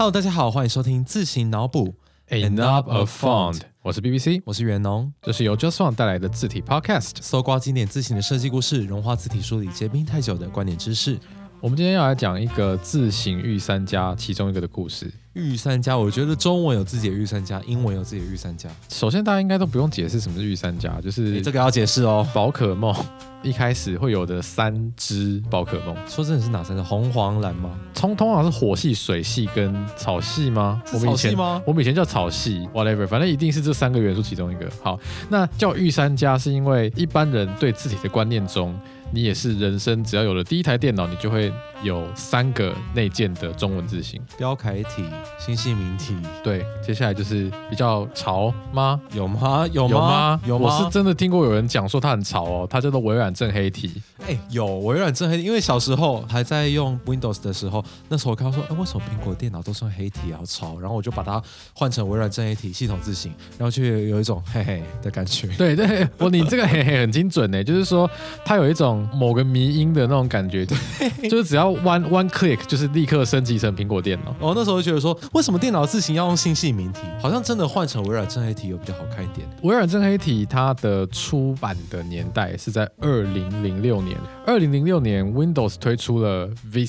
Hello， 大家好，欢迎收听自行脑补 Enough of Font， 我是 BBC， 我是袁农， 这是由 JustFont 带来的字体 Podcast， 搜刮经典字型的设计故事，融化字体梳理结冰太久的观点知识。 我们今天要来讲一个字型御三家其中一个的故事。 御三家，我觉得中文有自己的御三家，英文有自己的御三家。 首先，大家应该都不用解释什么是御三家，就是这个要解释哦。 宝可梦一开始会有的3只宝可梦， 说真的是哪3只？红、黄、蓝吗？ 通常是火系、水系跟草系吗？ 是草系吗？ 我们以前叫草系 ，whatever， 反正一定是这3个元素其中一个。好，那叫御三家是因为一般人对字体的观念中，你也是人生只要有了第一台电脑，你就会有3个内建的中文字型， 标楷体、新细明体。 对，接下来就是比较潮吗？ 有吗？有吗？有吗？ 我是真的听过有人讲说它很潮哦，它叫做微软正黑体。 有微软正黑体，因为小时候还在用 Windows 的时候，那时候我看到说，为什么苹果电脑都是用黑体好潮？然后我就把它换成微软正黑体系统字型，然后就有一种嘿嘿的感觉。 对对，你这个嘿嘿很精准呢，就是说它有一种某个迷因的那种感觉，就是只要 one click 就是立刻升级成苹果电脑。 那时候就觉得说，为什么电脑字型要用新细明体？好像真的换成微软正黑体有比较好看一点。 微软正黑体它的出版的年代是在2006年。2006年 Windows 推出了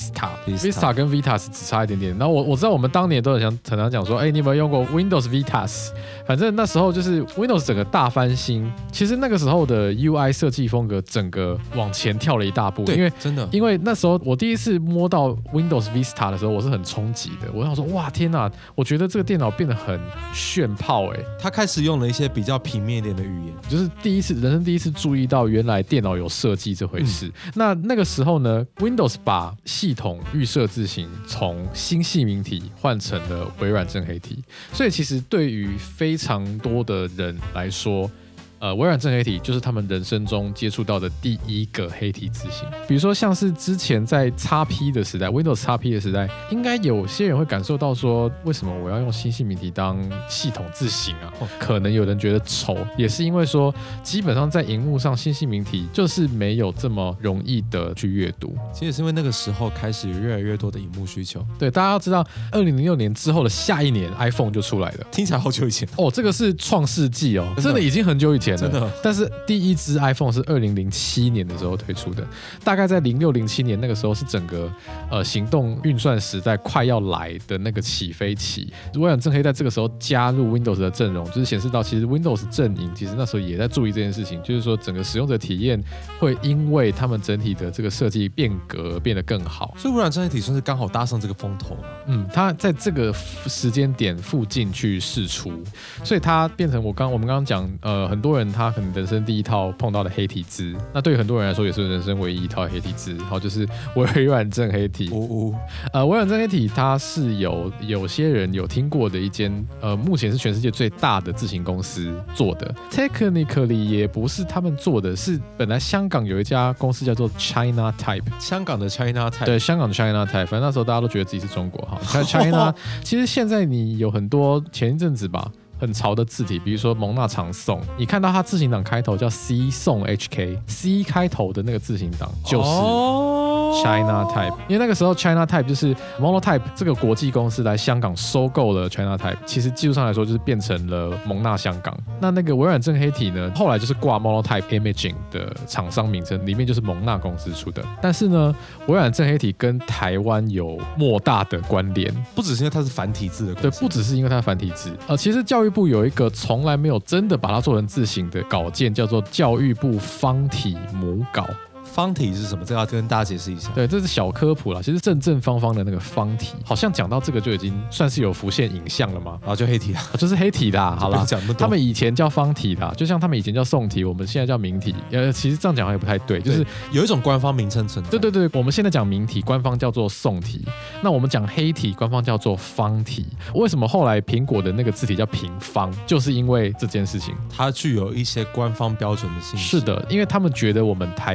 Vista 跟 Vitas 只差一点点。然后我知道我们当年都很常讲说，你有没有用过 Windows Vitas？ 反正那时候就是 Windows 整个大翻新，其实那个时候的 UI 设计风格整个往前跳了一大步。 对，真的， 因为那时候我第一次摸到 Windows Vista 的时候，我是很冲击的。我想说，哇，天哪！我觉得这个电脑变得很炫炮它开始用了一些比较平面一点的语言， 就是人生第一次注意到原来电脑有设计这回事。那个时候呢 ，Windows 把系统预设字型从新细明体换成了微软正黑体，所以其实对于非常多的人来说，微软正黑体就是他们人生中接触到的第一个黑体字型。比如说像是之前在 XP 的时代 Windows XP 的时代，应该有些人会感受到说，为什么我要用新细明体当系统字型啊？可能有人觉得丑，也是因为说基本上在荧幕上新细明体就是没有这么容易的去阅读。 其实是因为那个时候开始有越来越多的荧幕需求。 对，大家要知道2006年之后的下一年 iPhone 就出来了， 听起来好久以前这个是创世纪真的已经很久以前了。 真的， 但是第一支 iPhone 是2007年的时候推出的，大概在06、07年那个时候是整个行动运算时代快要来的那个起飞期。微软正黑在这个时候加入 Windows 的阵容，就是显示到其实 Windows 阵营其实那时候也在注意这件事情，就是说整个使用者体验会因为他们整体的这个设计变革而变得更好。 所以微软正黑体算是刚好搭上这个风头嘛。 它在这个时间点附近去释出，所以它变成我们刚刚讲很多人他可能人生第一套碰到的黑体字，那对于很多人来说也是人生唯一一套黑体字，好，就是微软正黑体。微软正黑体它是有些人有听过的一间目前是全世界最大的字型公司做的 ，technically 也不是他们做的，是本来香港有一家公司叫做 China Type， 香港的 China Type， 对，香港的 China Type， 反正那时候大家都觉得自己是中国哈。China 其实现在你有很多前一阵子吧。很潮的字体，比如说蒙娜长颂，你看到它字型档开头叫 C 颂 HK，C 开头的那个字型档就是 China Type， 因为那个时候 China Type 就是 Monotype 这个国际公司来香港收购了 China Type， 其实技术上来说就是变成了蒙娜香港。那个微软正黑体呢，后来就是挂 Monotype Imaging 的厂商名称，里面就是蒙娜公司出的。但是呢，微软正黑体跟台湾有莫大的关联， 不只是因为它是繁体字的关系， 对，不只是因为它是繁体字，其实教育部有一个从来没有真的把它做成字型的稿件，叫做教育部方体母稿。 方体是什么？这个要跟大家解释一下。 对，这是小科普啦。其实正方方的那个方体，好像讲到这个就已经算是有浮现影像了嘛。 然后就黑体啦， 就是黑体啦。好啦， 他们以前叫方体啦，就像他们以前叫宋体，我们现在叫明体。其实这样讲也不太对，就是有一种官方名称存在。 对，我们现在讲明体，官方叫做宋体。那我们讲黑体，官方叫做方体。为什么后来苹果的那个字体叫平方？就是因为这件事情， 它具有一些官方标准的性质。 是的，因为他们觉得我们台湾官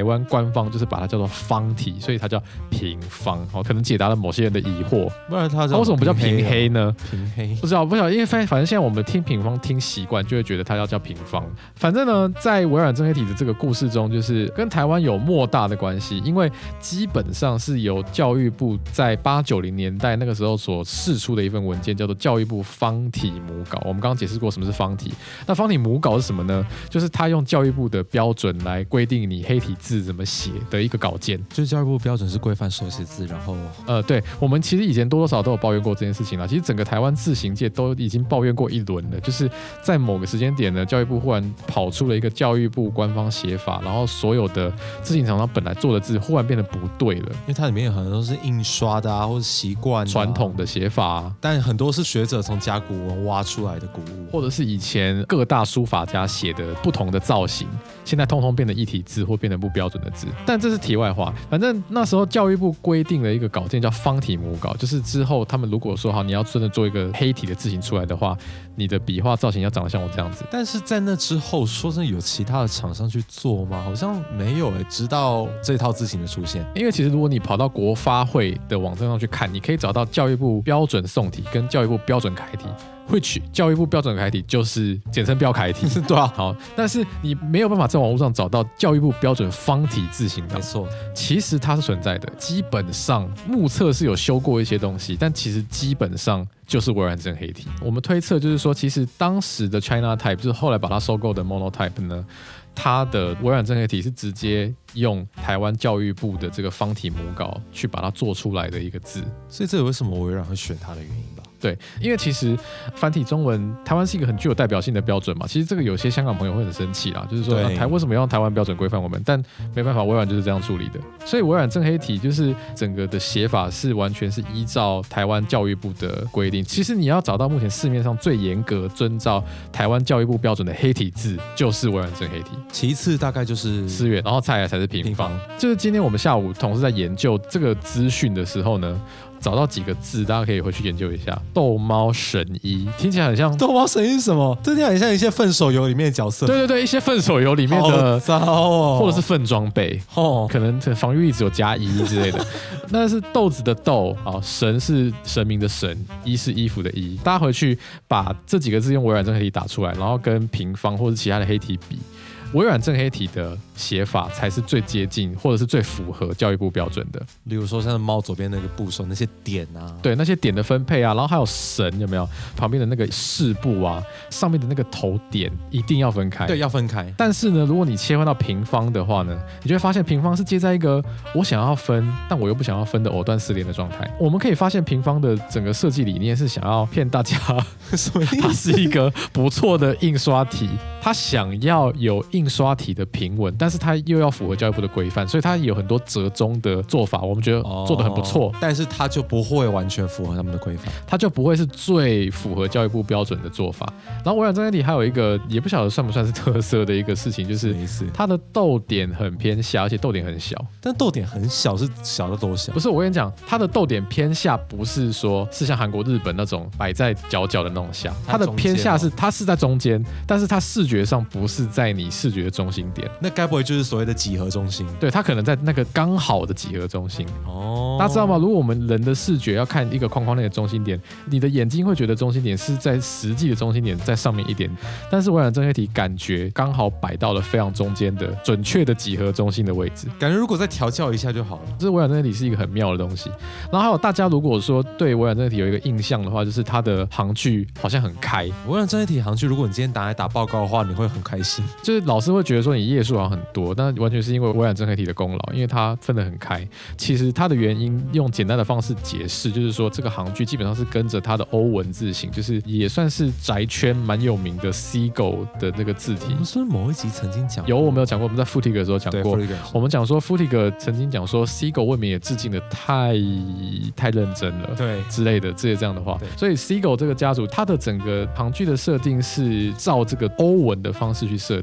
官方就是把它叫做方体，所以它叫平方。可能解答了某些人的疑惑。 不然它为什么不叫平黑呢？ 平黑不知道，因为反正现在我们听平方听习惯，就会觉得它要叫平方。反正呢，在微软正黑体的这个故事中，就是跟台湾有莫大的关系，因为基本上是由教育部在8、90年代那个时候所释出的一份文件，叫做教育部方体母稿。我们刚刚解释过什么是方体，那方体母稿是什么呢？就是他用教育部的标准来规定你黑体字怎么写的一个稿件。 就是教育部标准是规范手写字，然后对，我们其实以前多多少少都有抱怨过这件事情啦。其实整个台湾字行界都已经抱怨过一轮了，就是在某个时间点呢，教育部忽然跑出了一个教育部官方写法，然后所有的字型厂商本来做的字忽然变得不对了， 因为它里面有很多都是印刷的或者习惯传统的写法但很多是学者从甲骨文挖出来的古物， 或者是以前各大书法家写的不同的造型，现在通通变成一体字或变成不标准的字。但这是题外话，反正那时候教育部规定了一个稿件叫方体母稿，就是之后他们如果说好你要真的做一个黑体的字型出来的话，你的笔画造型要长得像我这样子。 但是在那之后，说真的有其他的厂商去做吗？好像没有直到这套字型的出现。 因为其实如果你跑到国发会的网站上去看，你可以找到教育部标准宋体跟教育部标准楷体。which 教育部标准楷体就是简称标楷体， 对啊， 好，但是你没有办法在网络上找到教育部标准方体字型的， 没错， 其实它是存在的，基本上目测是有修过一些东西，但其实基本上就是微软正黑体。我们推测就是说，其实当时的 China Type 就是后来把它收购的 Monotype 呢，它的微软正黑体是直接用台湾教育部的这个方体母稿去把它做出来的一个字， 所以这也为什么微软会选它的原因吧。 对，因为其实繁体中文台湾是一个很具有代表性的标准嘛，其实这个有些香港朋友会很生气啦，就是说为什么要用台湾标准规范我们？但没办法，微软就是这样处理的。所以微软正黑体就是整个的写法是完全是依照台湾教育部的规定。其实你要找到目前市面上最严格遵照台湾教育部标准的黑体字，就是微软正黑体。 其次大概就是思源，然后再来才是平方。就是今天我们下午同事在研究这个资讯的时候呢，找到几个字，大家可以回去研究一下。逗猫神医听起来很像逗猫神医是什么？这听起来很像一些粪手游里面的角色。 对对对，一些粪手游里面的， 好糟哦， 或者是粪装备哦，可能防御力只有加1之类的。那是豆子的豆啊，神是神明的神，衣是衣服的衣。大家回去把这几个字用微软正黑体打出来，然后跟平方或者其他的黑体比。微软正黑体的写法才是最接近或者是最符合教育部标准的。 例如说像猫左边那个部首那些点啊， 对，那些点的分配啊，然后还有神有没有旁边的那个饰部啊，上面的那个头点一定要分开。 对，要分开。 但是呢，如果你切换到平方的话呢，你就会发现平方是接在一个我想要分，但我又不想要分的藕断丝连的状态。我们可以发现平方的整个设计理念是想要骗大家， 什么意思？ 它是一个不错的印刷体，它想要有印刷体的平稳，但是它又要符合教育部的规范，所以它有很多折中的做法，我们觉得做得很不错， 但是它就不会完全符合他们的规范， 它就不会是最符合教育部标准的做法。然后微软正黑体还有一个也不晓得算不算是特色的一个事情，就是它的逗点很偏下，而且逗点很小。 但逗点很小是小到多小？ 不是，我跟你讲，它的逗点偏下不是说是像韩国、日本那种摆在角角的那种下，它的偏下是它是在中间，但是它视觉上不是在你视觉的中心点。 那该不会就是所谓的几何中心？ 对，它可能在那个刚好的几何中心。 哦， 大家知道吗？如果我们人的视觉要看一个框框内的中心点，你的眼睛会觉得中心点是在实际的中心点在上面一点，但是微软正黑体感觉刚好摆到了非常中间的准确的几何中心的位置， 感觉如果再调教一下就好了。 这微软正黑体是一个很妙的东西。然后还有大家如果说对微软正黑体有一个印象的话，就是它的行距好像很开。 微软正黑体行距，如果你今天拿来打报告的话，你会很开心。 就是老师会觉得说你页数好像很多，但完全是因为微软正黑体的功劳，因为它分得很开。其实它的原因用简单的方式解释，就是说这个行距基本上是跟着它的欧文字形，就是也算是宅圈蛮有名的 Seagull 的那个字体。 我们是不是某一集曾经讲过？ 有，我们有讲过，我们在 Footig 的时候讲过。我们讲说 Footig 曾经讲说 Seagull 未免也致敬的太认真了， 对之类的这样的话。所以 Seagull 这个家族，它的整个行距的设定是照这个欧文的方式去设定的，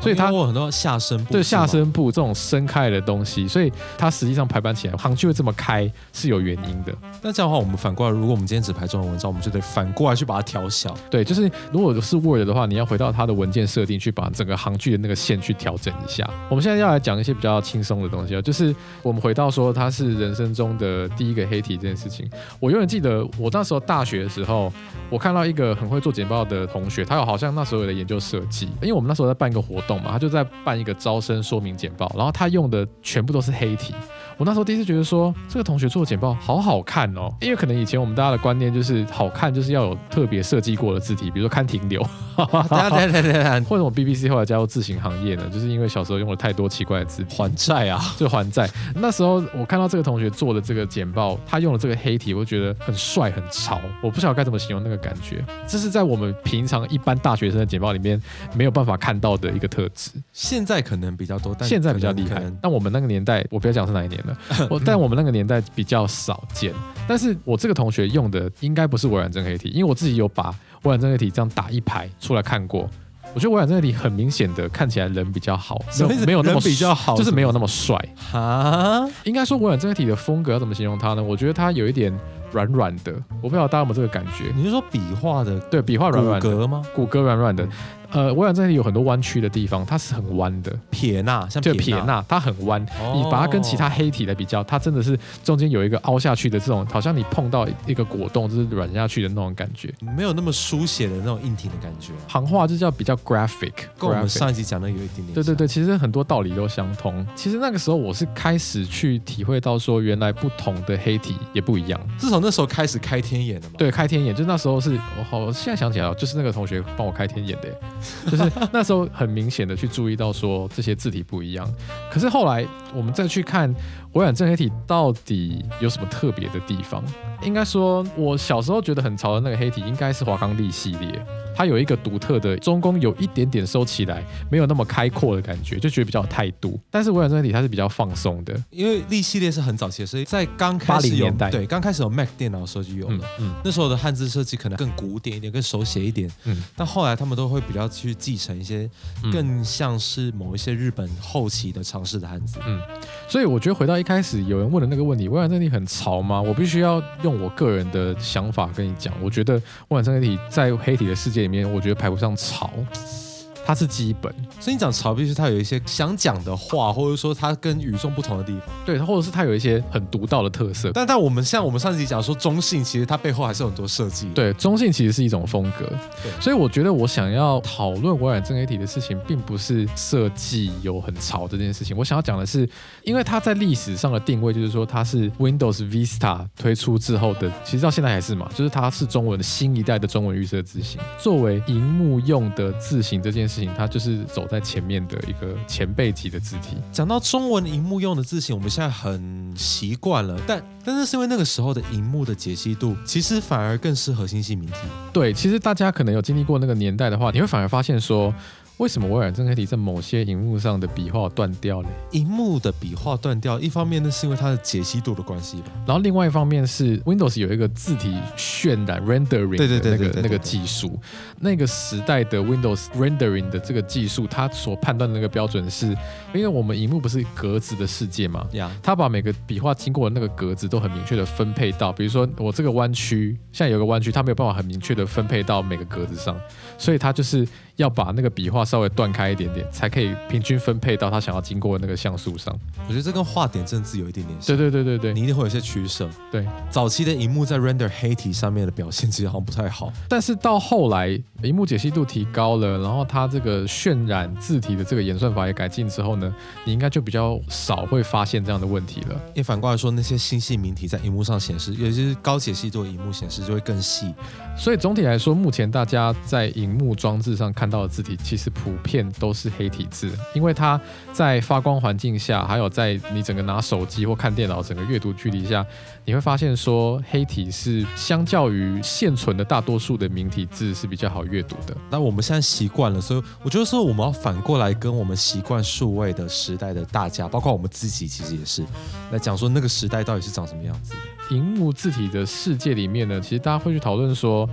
所以它有很多下身部， 对下身部这种伸开的东西，所以它实际上排版起来行距会这么开是有原因的。 那这样的话，我们反过来，如果我们今天只排中文文章，我们就得反过来去把它调小。 对，就是如果是 Word 的话，你要回到它的文件设定去把整个行距的那个线去调整一下。我们现在要来讲一些比较轻松的东西，就是我们回到说它是人生中的第一个黑体这件事情。我永远记得我那时候大学的时候，我看到一个很会做简报的同学，他好像那时候有的研究设计，因为我们那时候在办一个活动嘛，他就在办一个招生说明简报，然后他用的全部都是黑体。我那时候第一次觉得说，这个同学做的简报好好看哦，因为可能以前我们大家的观念就是好看就是要有特别设计过的字体，比如说看停留， 等， 或者我 BBC 后来加入字型行业呢，就是因为小时候用了太多奇怪的字体， 还债啊， 就还债。那时候我看到这个同学做的这个简报，他用了这个黑体，我就觉得很帅很潮，我不晓得该怎么形容那个感觉，这是在我们平常一般大学生的简报里面没有办法看到的一个特质。 现在可能比较多，但现在比较厉害。但我们那个年代，我不要讲是哪一年了，但我们那个年代比较少见。但是我这个同学用的应该不是微软真黑体，因为我自己有把微软真黑体这样打一排出来看过。我觉得微软真黑体很明显的看起来人比较好，没有那么比较好， 就是没有那么帅哈。 应该说微软真黑体的风格要怎么形容它呢？我觉得它有一点软软的，我不知道大家有没有这个感觉？ 你是说笔画的？ 对，笔画软软的骨骼吗？ 骨骼软软的。微软真黑体有很多弯曲的地方，它是很弯的。 撇捺，像撇捺，它很弯。你把它跟其他黑体来比较，它真的是中间有一个凹下去的这种，好像你碰到一个果冻，就是软下去的那种感觉， 没有那么书写的那种硬挺的感觉。 行话就叫比较 graphic， 跟我们上一集讲的有一点点。 对对对，其实很多道理都相通。其实那个时候我是开始去体会到说，原来不同的黑体也不一样。 是从那时候开始开天眼的吗？ 对，开天眼，就是那时候是我现在想起来了，就是那个同学帮我开天眼的，就是那时候很明显的去注意到说这些字体不一样。可是后来我们再去看微软真黑体到底有什么特别的地方，应该说我小时候觉得很潮的那个黑体应该是华冈丽系列，它有一个独特的中宫有一点点收起来，没有那么开阔的感觉，就觉得比较有态度。但是微软真黑体它是比较放松的， 因为丽系列是很早期的，所以在刚开始 80年代， 对，刚开始有 Mac 电脑的时候就有了。那时候的汉字设计可能更古典一点，更手写一点。但后来他们都会比较去继承一些更像是某一些日本后期的尝试的汉字。 所以我觉得回到一开始有人问的那个问题，微软真黑体很潮吗？我必须要用我个人的想法跟你讲，我觉得微软真黑体在黑体的世界里面，我觉得排不上潮。它是基本， 所以你讲潮必须它有一些想讲的话，或者说它跟与众不同的地方， 对，或者是它有一些很独到的特色。 但我们像我们上集讲说中性，其实它背后还是有很多设计。 对，中性其实是一种风格。所以我觉得我想要讨论微软真黑体的事情，并不是设计有很潮这件事情。我想要讲的是，因为它在历史上的定位就是说它是 Windows Vista 推出之后的，其实到现在还是嘛，就是它是中文的新一代的中文预设字型，作为荧幕用的字型这件事情，它就是走在前面的一个前辈级的字体。 讲到中文荧幕用的字型，我们现在很习惯了，但是因为那个时候的荧幕的解析度，其实反而更适合新细明体。 对，其实大家可能有经历过那个年代的话，你会反而发现说，为什么微软真黑体在某些荧幕上的笔画断掉了？ 荧幕的笔画断掉，一方面那是因为它的解析度的关系吧， 然后另外一方面是 Windows 有一个字体渲染 rendering 的那个技术，那个时代的 Windows rendering 的这个技术，它所判断的那个标准是，因为我们荧幕不是格子的世界嘛，它把每个笔画经过的那个格子都很明确的分配到，比如说我这个弯曲，现在有个弯曲，它没有办法很明确的分配到每个格子上，所以它就是要把那个笔画稍微断开一点点，才可以平均分配到他想要经过的那个像素上。 我觉得这跟画点阵字有一点点像。 对， 你一定会有一些取舍。 对， 早期的荧幕在 render 黑体上面的表现其实好像不太好， 但是到后来荧幕解析度提高了，然后它这个渲染字体的这个演算法也改进之后呢，你应该就比较少会发现这样的问题了。 也反过来说，那些新细明体在荧幕上显示，尤其是高解析度的荧幕显示就会更细。 所以总体来说，目前大家在荧幕装置上看到的字体，其实普遍都是黑体字，因为它在发光环境下，还有在你整个拿手机或看电脑整个阅读距离下，你会发现说黑体是相较于现存的大多数的明体字是比较好阅读的。 但我们现在习惯了，所以我觉得说我们要反过来跟我们习惯数位的时代的大家，包括我们自己，其实也是来讲说那个时代到底是长什么样子的。 荧幕字体的世界里面呢，其实大家会去讨论说，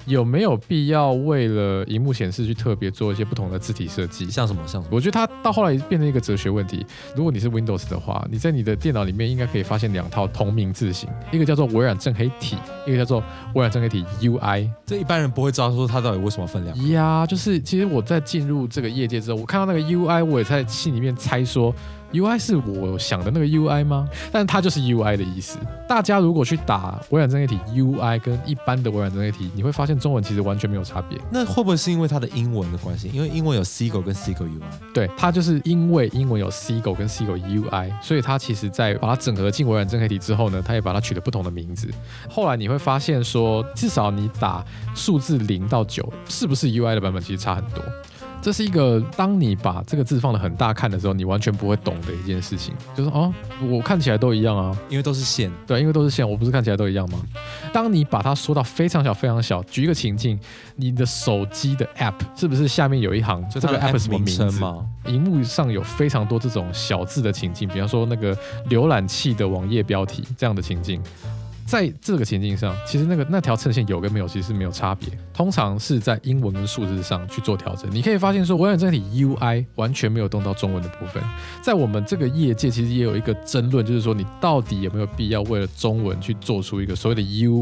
有没有必要为了萤幕显示去特别做一些不同的字体设计？ 像什么？ 我觉得它到后来变成一个哲学问题。如果你是 Windows 的话，你在你的电脑里面应该可以发现2套同名字型，一个叫做微软正黑体，一个叫做微软正黑体 UI。 这一般人不会知道说它到底为什么分两呀，就是其实我在进入这个业界之后，我看到那个 UI， 我也在心里面猜说。UI 是我想的那个 UI 吗？但是它就是 UI 的意思。大家如果去打微软正黑体 UI 跟一般的微软正黑体，你会发现中文其实完全没有差别。 那会不会是因为它的英文的关系？因为英文有 Seagull 跟 Seagull UI。 对，它就是因为英文有 Seagull 跟 Seagull UI， 所以它其实在把它整合进微软正黑体之后呢，它也把它取了不同的名字。后来你会发现说，至少你打数字0到9，是不是 UI 的版本其实差很多。这是一个当你把这个字放得很大看的时候，你完全不会懂的一件事情，就是哦，我看起来都一样啊， 因为都是线， 对，因为都是线，我不是看起来都一样吗？当你把它缩到非常小非常小，举一个情境，你的手机的 App 是不是下面有一行这个 App 什么名字吗？荧幕上有非常多这种小字的情境，比方说那个浏览器的网页标题这样的情境。在这个情境上，其实那条衬线有跟没有其实是没有差别，通常是在英文跟数字上去做调整。你可以发现说，微软正黑体 UI 完全没有动到中文的部分。在我们这个业界，其实也有一个争论，就是说你到底有没有必要为了中文去做出一个所谓的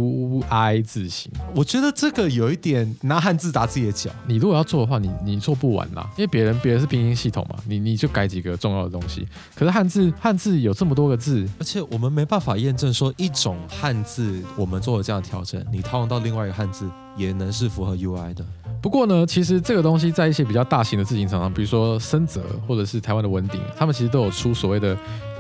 UI 字型？ 我觉得这个有一点拿汉字打自己的脚。 你如果要做的话，你做不完啦，因为别人是拼音系统嘛，你就改几个重要的东西。可是汉字有这么多个字， 而且我们没办法验证说一种汉字我们做了这样的调整，你套用到另外一个汉字也能是符合 UI 的。 不过呢，其实这个东西在一些比较大型的字型厂商，比如说深泽或者是台湾的文鼎，他们其实都有出所谓的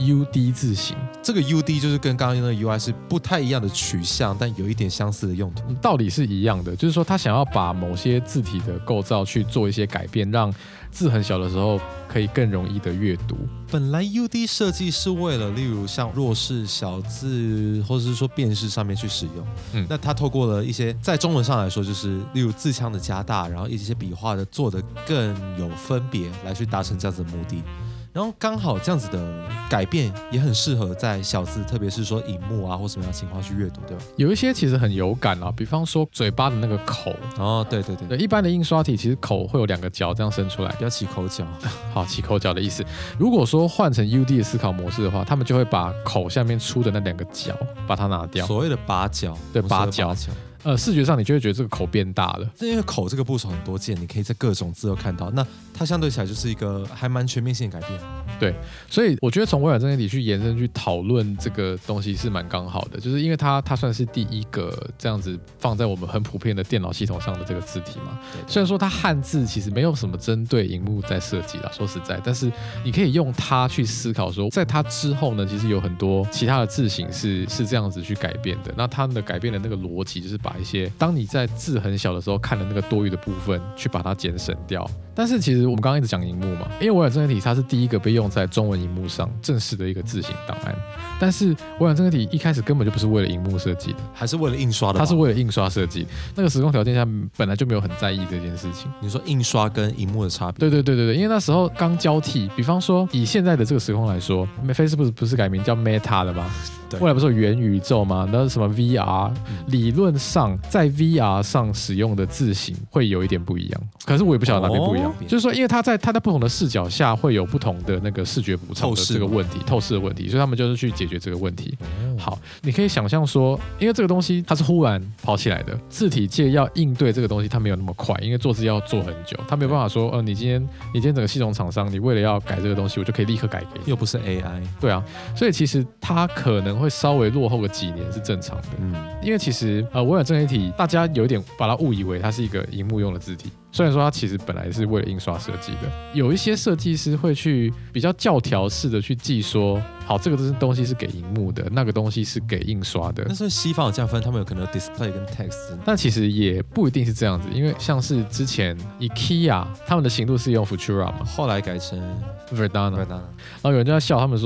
UD 字型。 这个 UD 就是跟刚刚那个 UI 是不太一样的取向，但有一点相似的用途。 道理是一样的，就是说他想要把某些字体的构造去做一些改变，让字很小的时候可以更容易的阅读。 本来 UD 设计是为了例如像弱势小字或者是说辨识上面去使用，那它透过了一些在中文上来说就是例如字腔的加大，然后一些笔画的做得更有分别来去达成这样子的目的。然后刚好这样子的改变也很适合在小字，特别是说萤幕啊或什么样的情况去阅读，对吧？ 有一些其实很有感啊，比方说嘴巴的那个口。 哦，对， 一般的印刷体其实口会有2个角这样伸出来， 比较起口角。 好，起口角的意思。如果说换成 UD 的思考模式的话，他们就会把口下面出的那2个角把它拿掉， 所谓的把角， 对，把角。视觉上你就会觉得这个口变大了， 因为口这个部首很多键，你可以在各种字都看到，那它相对起来就是一个还蛮全面性的改变。 对，所以我觉得从微软正黑体去延伸去讨论这个东西是蛮刚好的，就是因为它算是第一个这样子放在我们很普遍的电脑系统上的这个字体嘛。虽然说它汉字其实没有什么针对荧幕在设计啦，说实在，但是你可以用它去思考说，在它之后呢，其实有很多其他的字型是这样子去改变的。那它的改变的那个逻辑就是把一些当你在字很小的时候看的那个多余的部分去把它减省掉。但是其实我们刚刚一直讲萤幕嘛，因为微软正黑体它是第一个被用在中文萤幕上正式的一个字型档案，但是微软正黑体一开始根本就不是为了萤幕设计的， 还是为了印刷的。 它是为了印刷设计，那个时空条件下本来就没有很在意这件事情。 你说印刷跟萤幕的差别？ 对，因为那时候刚交替，比方说以现在的这个时空来说 ，Facebook 不是改名叫 Meta 了吗？未来不是有元宇宙吗？那什么 VR，理论上在 VR 上使用的字型会有一点不一样，可是我也不晓得哪边不一样。就是说，因为它在不同的视角下会有不同的那个视觉补偿的这个问题，透视的问题，所以他们就是去解决这个问题。好，你可以想象说，因为这个东西它是忽然跑起来的，字体界要应对这个东西，它没有那么快，因为做字要做很久，它没有办法说，你今天整个系统厂商，你为了要改这个东西，我就可以立刻改给你， 又不是 AI。对啊，所以其实它可能会稍微落后个几年是正常的。因为其实微软正黑体大家有一点把它误以为它是一个萤幕用的字体。虽然说它其实本来是为了印刷设计的，有一些设计师会去比较教条式的去记说，好，这个东西是给萤幕的，那个东西是给印刷的。 但是西方有这样分，他们有可能有 display 跟 text， 但其实也不一定是这样子，因为像是之前 IKEA 他们的行度是用 Futura 嘛， 后来改成 Verdana， 然后有人就在笑他们说，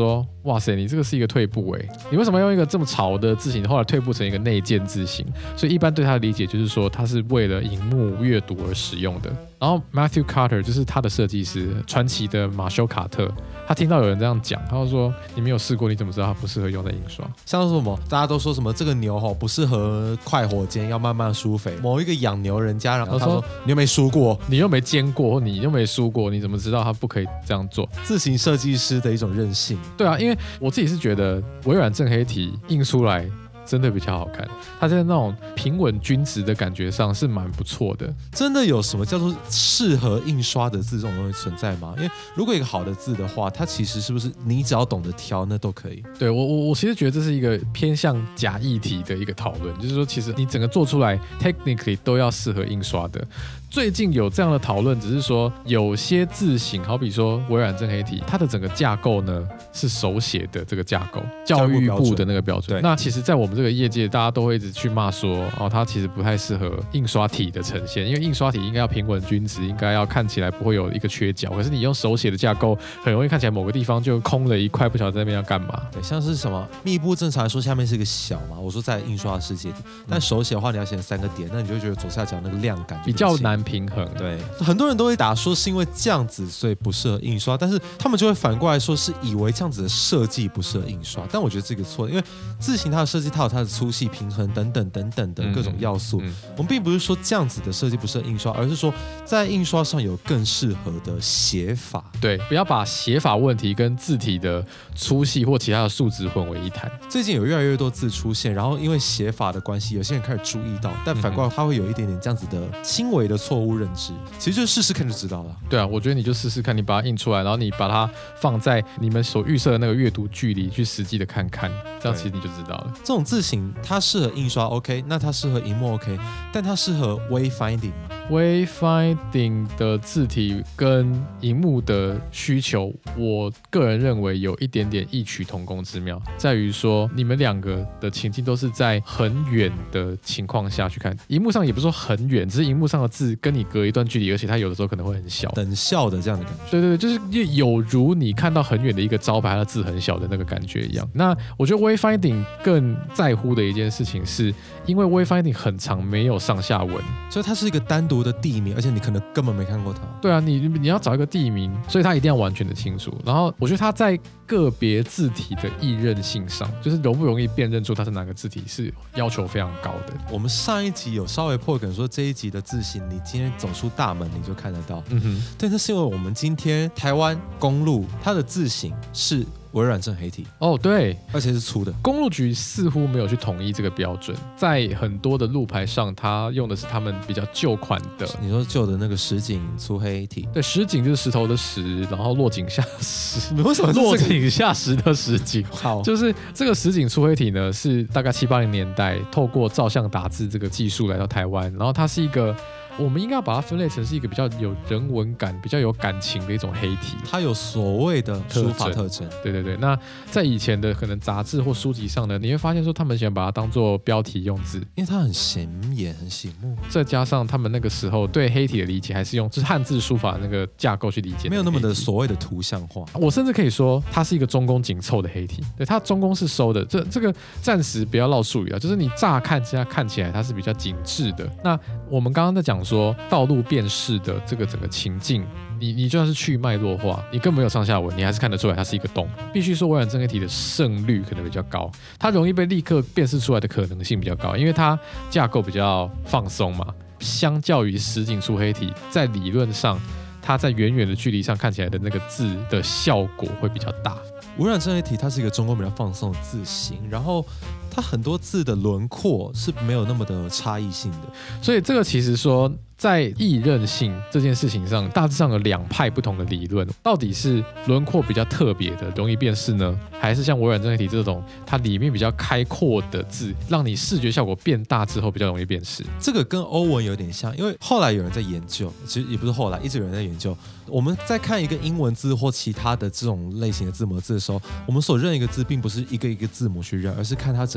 哇塞，你这个是一个退步哎，你为什么要用一个这么潮的字型，后来退步成一个内建字型？所以一般对它的理解就是说，它是为了荧幕阅读而使用的。然后 Matthew Carter 就是他的设计师，传奇的马修卡特，他听到有人这样讲，他就说：“你没有试过，你怎么知道它不适合用在印刷？” 像是什么，大家都说什么这个牛不适合快火煎，要慢慢疏肥。某一个养牛人家，然后他说：“你又没梳过， 你又没煎过，你又没梳过，你怎么知道它不可以这样做？” 自行设计师的一种任性。 对啊，因为我自己是觉得微软正黑体印出来真的比较好看，它在那种平稳均值的感觉上是蛮不错的。 真的有什么叫做适合印刷的字这种东西存在吗？因为如果一个好的字的话，它其实是不是你只要懂得挑，那都可以。 对，我其实觉得这是一个偏向假议题的一个讨论，就是说其实你整个做出来 technically 都要适合印刷的。最近有这样的讨论，只是说有些字型，好比说微软正黑体，它的整个架构呢是手写的这个架构，教育部的那个标准。那其实，在我们这个业界，大家都会一直去骂说，它其实不太适合印刷体的呈现，因为印刷体应该要平稳均值，应该要看起来不会有一个缺角。可是你用手写的架构，很容易看起来某个地方就空了一块，不晓得在那边要干嘛。 对，像是什么密布，正常来说下面是一个小嘛，我说在印刷的世界里，但手写的话你要写3个点，那你就觉得左下角那个亮感比较难平衡。 对，很多人都会打说是因为这样子所以不适合印刷，但是他们就会反过来说是以为这样子的设计不适合印刷，但我觉得这个错，因为字型它的设计它有它的粗细平衡等等等等的各种要素，我们并不是说这样子的设计不适合印刷，而是说在印刷上有更适合的写法。 对，不要把写法问题跟字体的粗细或其他的数值混为一谈。 最近有越来越多字出现，然后因为写法的关系，有些人开始注意到，但反过来他会有一点点这样子的轻微的错误认知。其实就试试看就知道了。 对啊，我觉得你就试试看，你把它印出来，然后你把它放在你们所预设的那个阅读距离去实际的看看，这样其实你就知道了。 这种字型它适合印刷 OK， 那它适合萤幕 OK， 但它适合 Wayfinding 吗？ Wayfinding 的字体跟萤幕的需求，我个人认为有一点点异曲同工之妙，在于说你们两个的情境都是在很远的情况下去看，萤幕上也不是说很远，只是萤幕上的字跟你隔一段距离，而且它有的时候可能会很小， 等效的这样的感觉。 对对对，就是有如你看到很远的一个招牌，它的字很小的那个感觉一样。那我觉得 Wayfinding 更在乎的一件事情是，因为 Wayfinding 很长没有上下文， 所以它是一个单独的地名，而且你可能根本没看过它。 对啊，你要找一个地名，所以它一定要完全的清楚。然后我觉得它在个别字体的易认性上，就是容不容易辨认出它是哪个字体，是要求非常高的。 我们上一集有稍微破梗说，这一集的字型，你今天走出大门你就看得到。对，那是因为我们今天台湾公路它的字型是微软正黑体哦，对， 而且是粗的。 公路局似乎没有去统一这个标准，在很多的路牌上，它用的是他们比较旧款的。 你说旧的那个石井粗黑体？ 对，石井就是石头的石，然后落井下石。 你为什么落井下石的石井？ 好， 就是这个石井粗黑体呢，是大概70、80年代透过照相打字这个技术来到台湾，然后它是一个。我们应该要把它分类成是一个比较有人文感、比较有感情的一种黑体， 它有所谓的书法特征。 对对对，那在以前的可能杂志或书籍上呢，你会发现说他们喜欢把它当做标题用字， 因为它很显眼、很醒目。 再加上他们那个时候对黑体的理解，还是用就是汉字书法的那个架构去理解， 没有那么的所谓的图像化。 我甚至可以说，它是一个中宫紧凑的黑体，对，它中宫是收的。这个暂时不要绕术语啊，就是你乍看之下看起来它是比较紧致的。那我们刚刚在讲说道路辨识的这个整个情境，你就算是去脉络化，你更没有上下文，你还是看得出来它是一个洞。必须说微软正黑体的胜率可能比较高，它容易被立刻辨识出来的可能性比较高，因为它架构比较放松嘛。相较于石井粗黑体，在理论上，它在远远的距离上看起来的那个字的效果会比较大。 微软正黑体它是一个中宫比较放松的字型，然后它很多字的轮廓是没有那么的差异性的， 所以这个其实说在易认性这件事情上，大致上有2派不同的理论，到底是轮廓比较特别的容易辨识呢，还是像微软正黑体这种它里面比较开阔的字，让你视觉效果变大之后比较容易辨识？ 这个跟欧文有点像，因为后来有人在研究，其实也不是后来，一直有人在研究。我们在看一个英文字或其他的这种类型的字母字的时候，我们所认一个字并不是一个一个字母去认，而是看它整个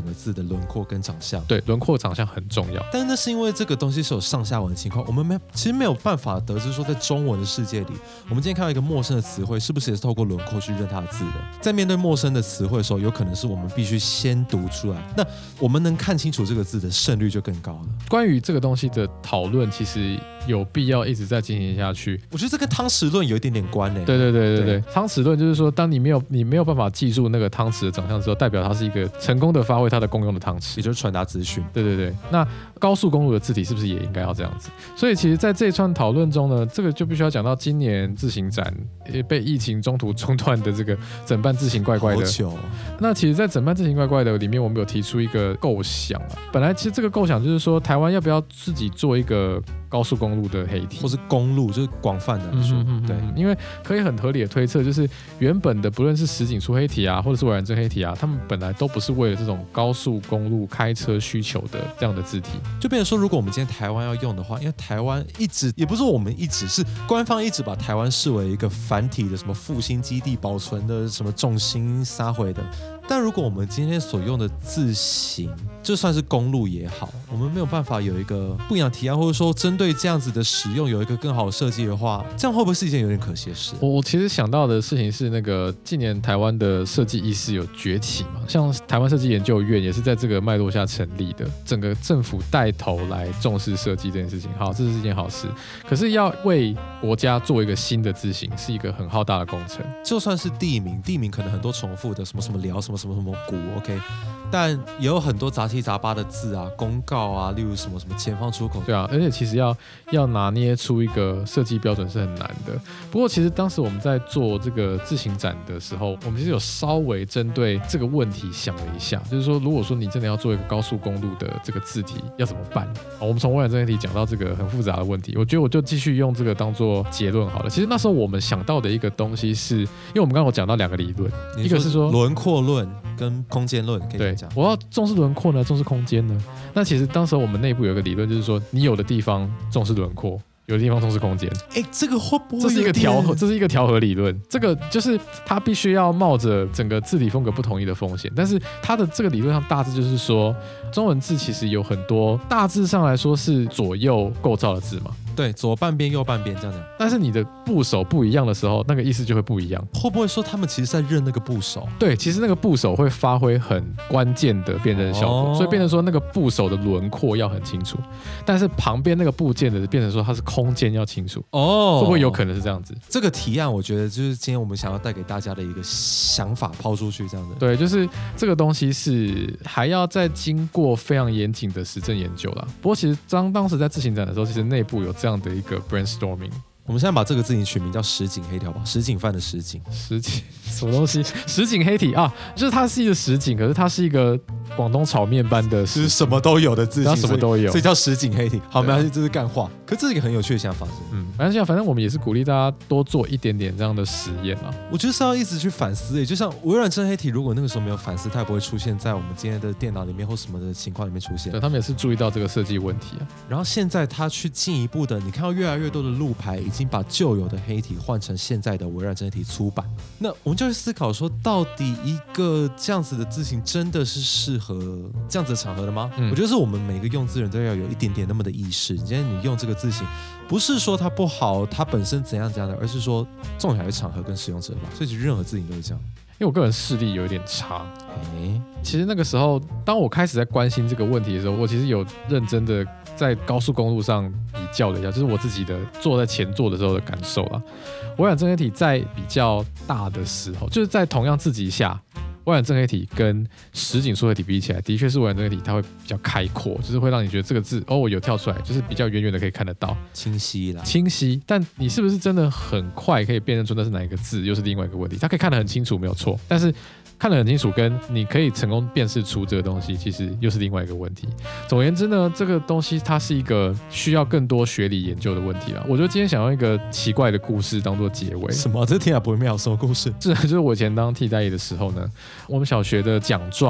的字的轮廓跟长相。 对，轮廓长相很重要。 但是那是因为这个东西是有上下文的情况，我们其实没有办法得知说在中文的世界里，我们今天看到一个陌生的词汇，是不是也是透过轮廓去认它的字的？在面对陌生的词汇的时候，有可能是我们必须先读出来，那我们能看清楚这个字的胜率就更高了。 关于这个东西的讨论，其实有必要一直在进行下去。 我觉得这跟汤匙论有一点点关诶。 对，汤匙论就是说，当你没有办法记住那个汤匙的长相之后，代表它是一个成功的发挥它的功用的汤匙， 也就是传达资讯。 对，那高速公路的字体是不是也应该要这样子？所以其实在这一串讨论中呢，这个就必须要讲到今年自行展被疫情中途中断的这个整办自行怪怪的。那其实，在整办自行怪怪的里面，我们有提出一个构想啊。本来其实这个构想就是说，台湾要不要自己做一个高速公路的黑体， 或是公路，就是广泛的来说，对， 因为可以很合理的推测，就是原本的不论是实景出黑体啊，或者是微软正黑体啊，他们本来都不是为了这种高速公路开车需求的这样的字体， 就变成说，如果我们今天台湾要用的话，因为台湾一直也不是我们一直是官方一直把台湾视为一个繁体的什么复兴基地保存的什么重心撒回的。但如果我们今天所用的字形，就算是公路也好，我们没有办法有一个不一样的提案，或者说针对这样子的使用有一个更好的设计的话，这样会不会是一件有点可惜的事？ 我其实想到的事情是，那个近年台湾的设计意识有崛起嘛，像台湾设计研究院也是在这个脉络下成立的，整个政府带头来重视设计这件事情，好，这是一件好事。可是要为国家做一个新的字形，是一个很浩大的工程。 就算是地名可能很多重复的，什么什么寮，什么什么什么谷 ，OK， 但也有很多杂七杂八的字啊，公告啊，例如什么什么前方出口。 对啊，而且其实要拿捏出一个设计标准是很难的。不过其实当时我们在做这个自行展的时候，我们其实有稍微针对这个问题想了一下，就是说，如果说你真的要做一个高速公路的这个字体，要怎么办？我们从微软正黑体讲到这个很复杂的问题，我觉得我就继续用这个当做结论好了。其实那时候我们想到的一个东西是，因为我们刚刚有讲到两个理论，一个是说轮廓论跟空间论，可以讲。 我要重视轮廓呢，重视空间呢？那其实当时我们内部有一个理论，就是说，你有的地方重视轮廓，有的地方重视空间。 这个会不会这是一个调和理论？这个就是它必须要冒着整个字体风格不统一的风险，但是它的这个理论上大致就是说，中文字其实有很多大致上来说是左右构造的字嘛。 对，左半边右半边这样讲， 但是你的部首不一样的时候，那个意思就会不一样。 会不会说他们其实在认那个部首？ 对，其实那个部首会发挥很关键的辨认效果，所以变成说那个部首的轮廓要很清楚，但是旁边那个部件的变成说它是空间要清楚。会不会有可能是这样子？ 这个提案我觉得就是今天我们想要带给大家的一个想法抛出去这样的。 对，就是这个东西是还要再经过非常严谨的实证研究啦。不过其实当时在自行展的时候，其实内部有这样的一个 brainstorming。 我们现在把这个字形取名叫实景黑体好不好？实景饭的实景， 实景什么东西？实景黑体啊，就是它是一个实景，可是它是一个广东炒面般的， 就是什么都有的字形， 它什么都有， 所以叫实景黑体。好，没关系，这是干话。可这是一个很有趣的想法， 反正我们也是鼓励大家多做一点点这样的实验啊。 我觉得是要一直去反思，也就像微软正黑体，如果那个时候没有反思，它也不会出现在我们今天的电脑里面或什么的情况里面出现。 对，他们也是注意到这个设计问题啊。 然后现在他去进一步的，你看到越来越多的路牌已经把旧有的黑体换成现在的微软正黑体粗版，那我们就会思考说，到底一个这样子的字形真的是适合这样子的场合的吗？我觉得是我们每个用字人都要有一点点那么的意识。今天你用这个字形，不是说它不好，它本身怎样怎样的，而是说重点还是场合跟使用者吧。所以其实任何字形都是这样。 因为我个人视力有一点差，其实那个时候，当我开始在关心这个问题的时候，我其实有认真的在高速公路上比较了一下，就是我自己的坐在前座的时候的感受啦。微软正黑体在比较大的时候，就是在同样字级下，微软正黑体跟实景数黑体比起来，的确是微软正黑体它会比较开阔，就是会让你觉得这个字有跳出来，就是比较远远的可以看得到， 清晰。 但你是不是真的很快可以辨认出那是哪一个字，又是另外一个问题。它可以看得很清楚，没有错，但是看得很清楚，跟你可以成功辨识出这个东西，其实又是另外一个问题。总而言之呢，这个东西它是一个需要更多学理研究的问题啦。我觉得今天想用一个奇怪的故事当做结尾。 什么？这听起来不会妙，什么故事？ 就是我以前当替代役的时候呢，我们小学的奖状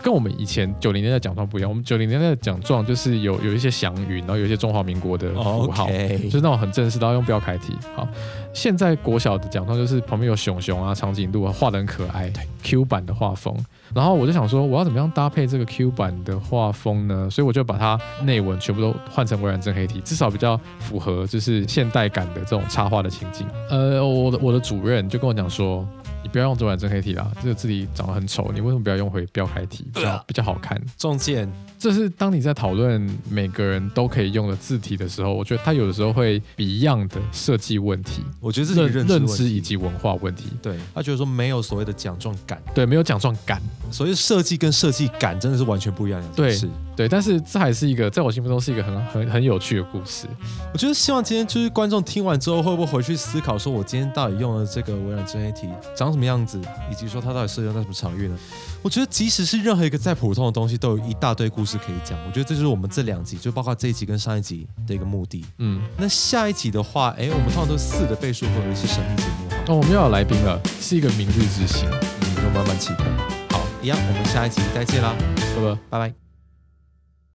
跟我们以前90年代的奖状不一样。我们90年代的奖状就是有一些祥云，然后有一些中华民国的符号，就是那种很正式，然后用标楷体。好，现在国小的奖状就是旁边有熊熊啊、长颈鹿啊，画得很可爱，Q 版的画风。然后我就想说，我要怎么样搭配这个 Q 版的画风呢？所以我就把它内文全部都换成微软正黑体，至少比较符合就是现代感的这种插画的情境。我的主任就跟我讲说，你不要用微软正黑体啦，这个字体长得很丑，你为什么不要用回标楷体，比较好看？ 中箭。 这是当你在讨论每个人都可以用的字体的时候，我觉得它有的时候会Beyond的设计问题， 我觉得这是认知以及文化问题。 对，他觉得说没有所谓的奖状感， 对，没有奖状感， 所谓设计跟设计感真的是完全不一样的对对，但是这还是一个在我心目中是一个很有趣的故事。 我觉得希望今天就是观众听完之后，会不会回去思考说，我今天到底用了这个微软正黑体长什么样子，以及说它到底适用在什么场域呢？我觉得即使是任何一个再普通的东西，都有一大堆故事可以讲。我觉得这就是我们这2集，就包括这一集跟上一集的一个目的。那下一集的话，我们通常都是4的倍数，会有一些神秘节目。 我们又有来宾了，是一个明日之星， 就慢慢期待。好，一样，我们下一集再见啦， 拜拜。